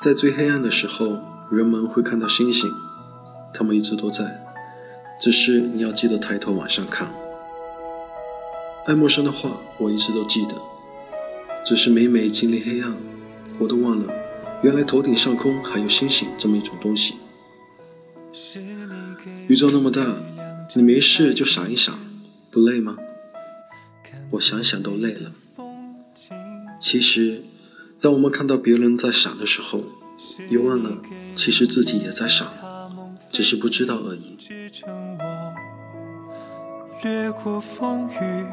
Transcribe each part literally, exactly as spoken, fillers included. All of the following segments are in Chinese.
在最黑暗的时候，人们会看到星星，它们一直都在，只是你要记得抬头往上看。爱默生的话我一直都记得，只是每每经历黑暗，我都忘了原来头顶上空还有星星这么一种东西。宇宙那么大，你没事就闪一闪，不累吗？我想想都累了。其实当我们看到别人在闪的时候，也忘了其实自己也在闪，只是不知道而已。 掠过风雨，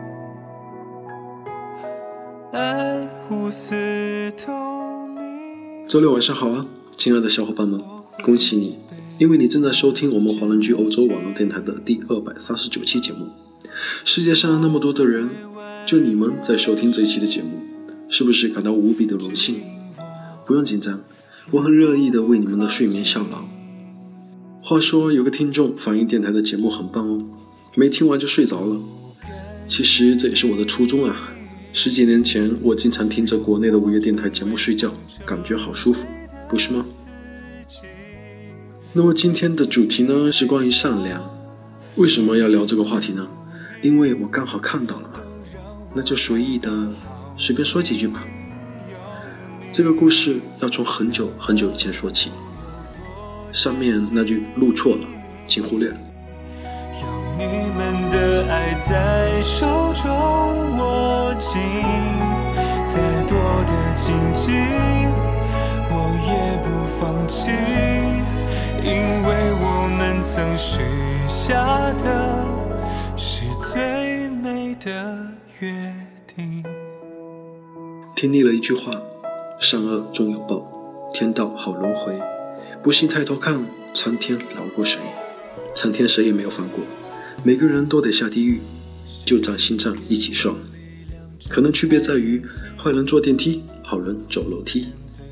爱无私透明。 周六晚上好啊，亲爱的小伙伴们，恭喜你，因为你正在收听我们华人居欧洲网络电台的第二百三十九期节目。世界上那么多的人，就你们在收听这一期的节目，是不是感到无比的荣幸？不用紧张，我很乐意的为你们的睡眠效劳。话说有个听众反映电台的节目很棒哦，没听完就睡着了。其实这也是我的初衷啊，十几年前我经常听着国内的午夜电台节目睡觉，感觉好舒服，不是吗？那么今天的主题呢，是关于善良。为什么要聊这个话题呢？因为我刚好看到了嘛，那就随意的随便说几句吧。这个故事要从很久很久以前说起，上面那句录错了，请忽略。 有你们的爱在手中握紧，再多的荆棘我也不放弃，因为我们曾许下的是最美的约定。 听腻了一句话，善恶终有报，天道好轮回，不信抬头看，苍天饶过谁？苍天谁也没有放过，每个人都得下地狱，就长心脏一起算。可能区别在于，坏人坐电梯，好人走楼梯。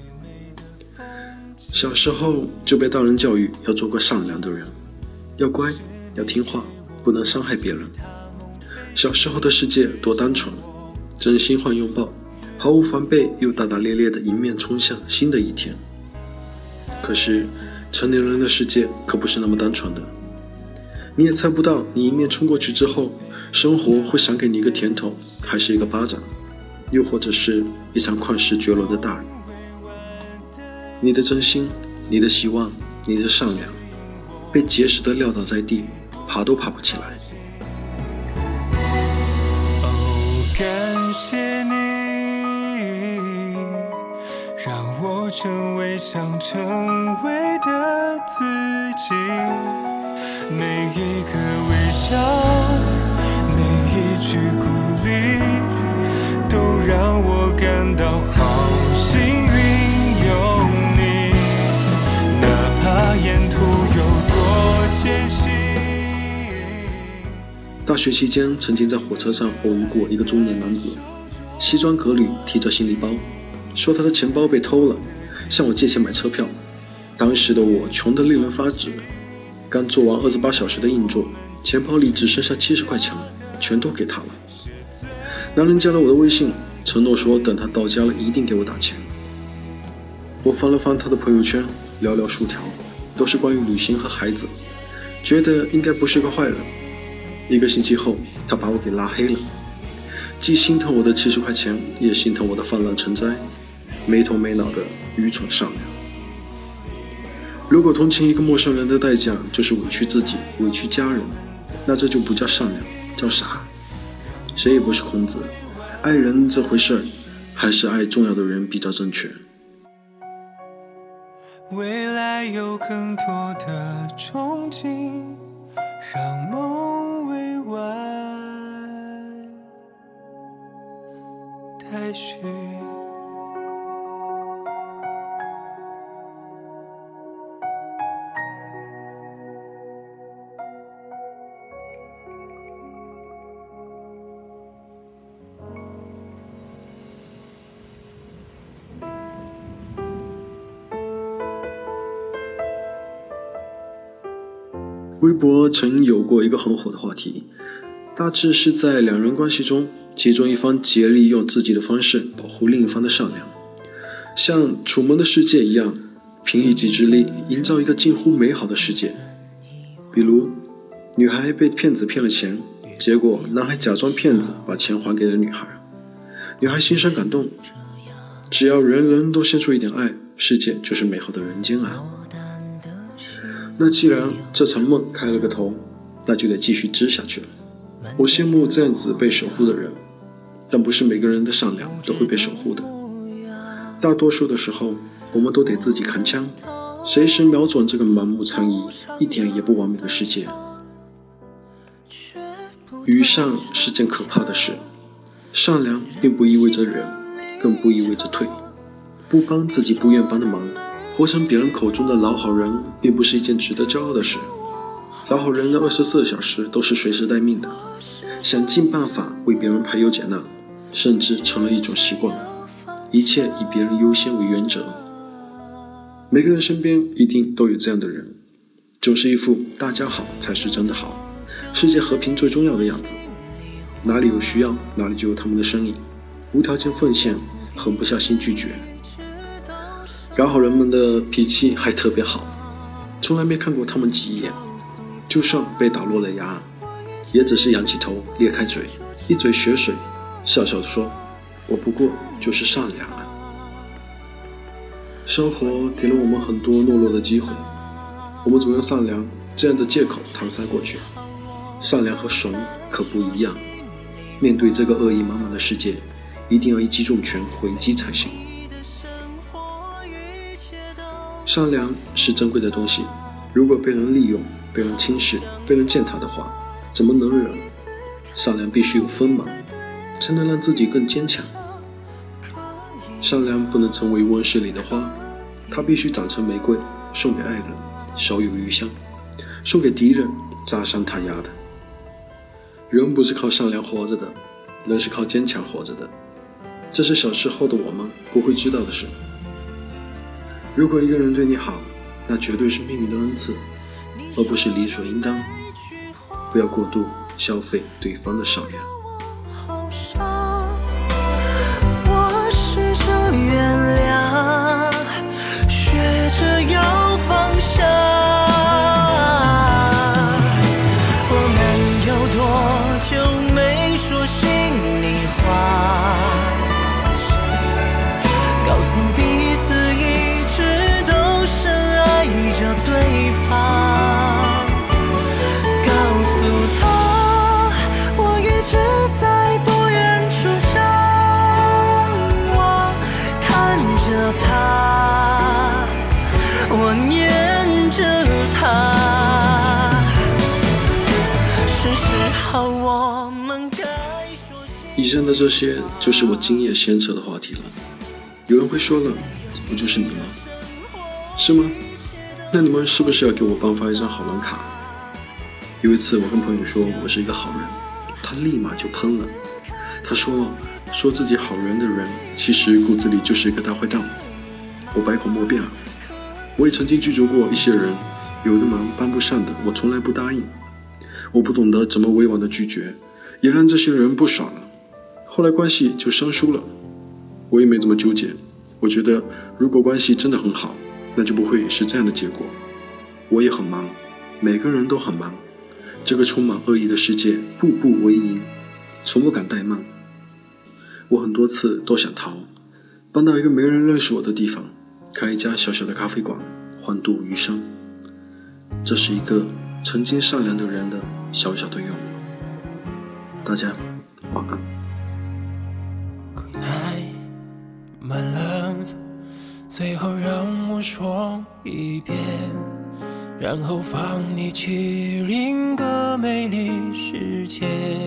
小时候就被大人教育要做个善良的人，要乖，要听话，不能伤害别人。小时候的世界多单纯，真心换拥抱，毫无防备又大大咧咧地迎面冲向新的一天。可是成年人的世界可不是那么单纯的，你也猜不到你迎面冲过去之后，生活会赏给你一个甜头，还是一个巴掌，又或者是一场旷世绝伦的大雨。你的真心，你的希望，你的善良，被结实地撂倒在地，爬都爬不起来。 哦，感谢你，让我成为想成为的自己。每一个微笑，每一句鼓励，都让我感到好幸运有你，哪怕沿途有多艰辛。 大学期间曾经在火车上偶遇过一个中年男子，西装革履，提着行李包，说他的钱包被偷了，向我借钱买车票。当时的我穷得令人发指，刚做完二十八小时的硬座，钱包里只剩下七十块钱了，全都给他了。男人加了我的微信，承诺说等他到家了一定给我打钱。我翻了翻他的朋友圈，寥寥数条，都是关于旅行和孩子，觉得应该不是个坏人。一个星期后，他把我给拉黑了，既心疼我的七十块钱，也心疼我的泛滥成灾，没头没脑的愚蠢善良。如果同情一个陌生人的代价就是委屈自己，委屈家人，那这就不叫善良，叫傻。谁也不是孔子，爱人这回事儿，还是爱重要的人比较正确。 未来有更多的憧憬，让梦未完待续。 微博曾有过一个很火的话题，大致是在两人关系中，其中一方竭力用自己的方式保护另一方的善良。 像《楚门的世界》一样，凭一己之力营造一个近乎美好的世界。比如，女孩被骗子骗了钱，结果男孩假装骗子把钱还给了女孩，女孩心生感动。只要人人都献出一点爱，世界就是美好的人间啊。那既然这场梦开了个头，那就得继续织下去了。我羡慕这样子被守护的人，但不是每个人的善良都会被守护的。大多数的时候，我们都得自己扛枪，随时瞄准这个盲目苍夷、一点也不完美的世界。愚善是件可怕的事，善良并不意味着忍，更不意味着退。不帮自己不愿帮的忙，活成别人口中的老好人，并不是一件值得骄傲的事。老好人的二十四小时都是随时待命的，想尽办法为别人排忧解难，甚至成了一种习惯，一切以别人优先为原则。每个人身边一定都有这样的人，总是一副大家好才是真的好，世界和平最重要的样子，哪里有需要哪里就有他们的身影，无条件奉献，狠不下心拒绝。老好人们的脾气还特别好，从来没看过他们急眼，就算被打落了牙，也只是仰起头裂开嘴，一嘴血水，笑笑地说，我不过就是善良啊。生活给了我们很多懦弱的机会，我们总用善良这样的借口搪塞过去。善良和怂可不一样，面对这个恶意满满的世界，一定要一击中拳回击才行。善良是珍贵的东西，如果被人利用、被人轻视、被人践踏的话，怎么能忍？善良必须有锋芒，才能让自己更坚强。善良不能成为温室里的花，它必须长成玫瑰，送给爱人，少有余香；送给敌人，扎伤他丫的。人不是靠善良活着的，人是靠坚强活着的，这是小时候的我们不会知道的事。如果一个人对你好，那绝对是命运的恩赐，而不是理所应当。不要过度消费对方的善良。 我试着原谅，学着要放下。我们有多久没说心里话？告诉彼此一直都深爱着对方。我念着他，是时候我们该说。 以上的这些就是我今夜闲扯的话题了。有人会说了，这不就是你吗？是吗？那你们是不是要给我颁发一张好人卡？有一次我跟朋友说我是一个好人，他立马就喷了。他说说自己好人的人，其实骨子里就是一个大坏蛋。我百口莫辩啊。我也曾经拒绝过一些人，有的忙帮不上的，我从来不答应。我不懂得怎么委婉的拒绝，也让这些人不爽了。后来关系就生疏了，我也没怎么纠结。我觉得如果关系真的很好，那就不会是这样的结果。我也很忙，每个人都很忙，这个充满恶意的世界，步步为营，从不敢怠慢。我很多次都想逃，搬到一个没人认识我的地方，开一家小小的咖啡馆，欢度余生。这是一个曾经善良的人的小小的愿望。大家晚安。 Good night, my love， 最后让我说一遍，然后放你去另个美丽世界。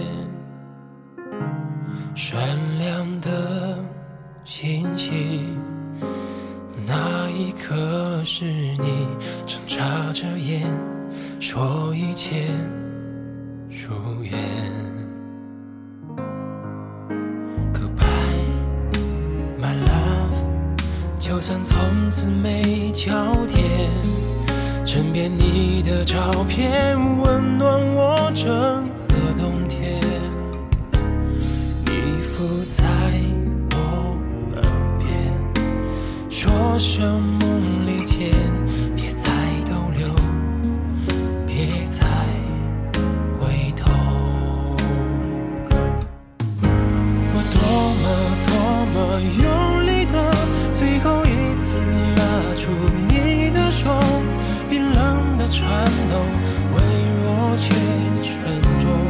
闪亮的星星，那一刻是你正眨着眼，说一切如愿。Goodbye, my love， 就算从此没交点，枕边你的照片温暖我整个冬天。你附在我耳边， 说声梦里见，别再逗留，别再回头。我多么多么用力的最后一次拉住你的手，冰冷的颤抖，微弱却沉重。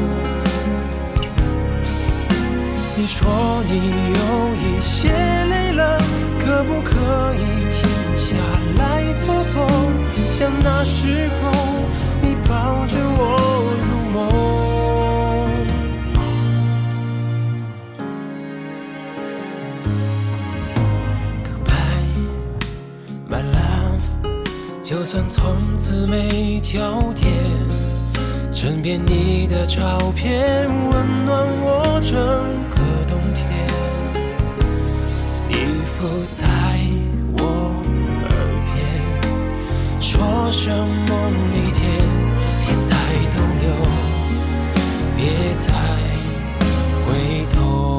你说你有一些累了，可不可以停下来走走，像那时候你抱着我入梦。Goodbye my love， 就算从此没交点，枕边你的照片温暖我整个冬天，你附在我耳边，说声梦里见，别再逗留，别再回头。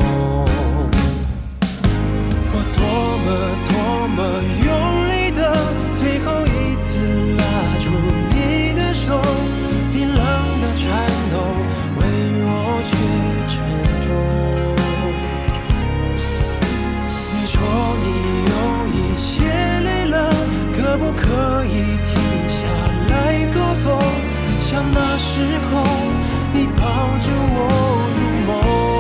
我多么多么用力的最后一次拉住你的手，冰冷的颤抖，微弱却沉重。你说你有一些累了，可不可以停下来走走，像那时候你抱着我入梦。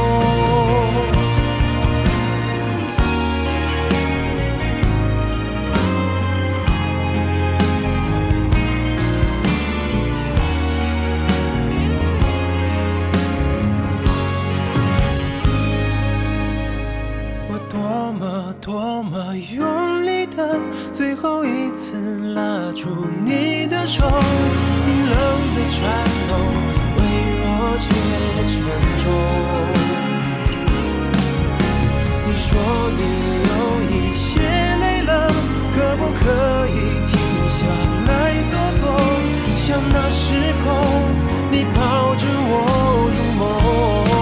多么多么用力的最后一次拉住你的手，冰冷的颤抖，微弱却沉重。你说你有一些累了，可不可以停下来走走，像那时候你抱着我入梦。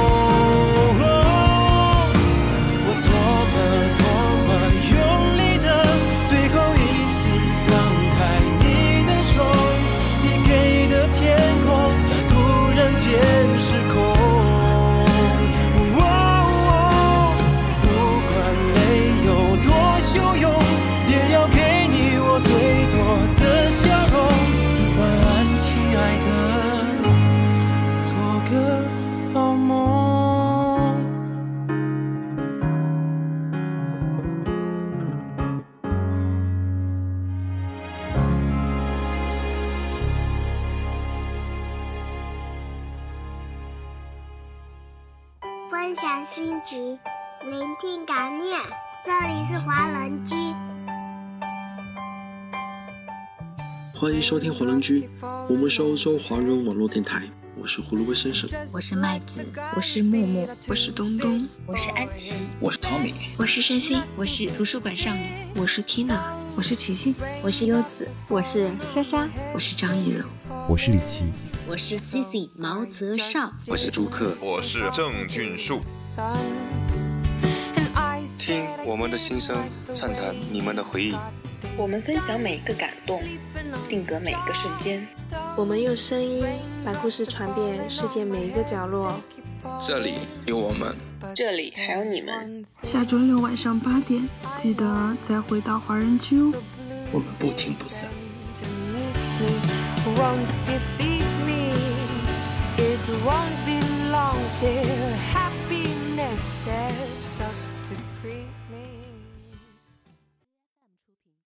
分享心情，聆听感念。这里是华人居， 欢迎收听华人居，我们是欧洲华人网络电台，我是胡萝卜先生， 我是麦子， 我是木木， 我是东东， 我是安琪， 我是 Tommy， 我是山心， 我是图书馆少女， 我是 Tina， 我是琪琪， 我是优子， 我是莎莎， 我是张艺柔， 我是李琦， 我是 C C 毛泽少， 我是朱克， 我是郑俊树。 听我们的心声，畅谈你们的回忆。 我们分享每一个感动，定格每一个瞬间。 我们用声音把故事传遍世界每一个角落。 这里有我们， 这里还有你们。 下周六晚上八点，记得再回到华人区哦。 我们不听不散。 Won't defeat me, it won't be long till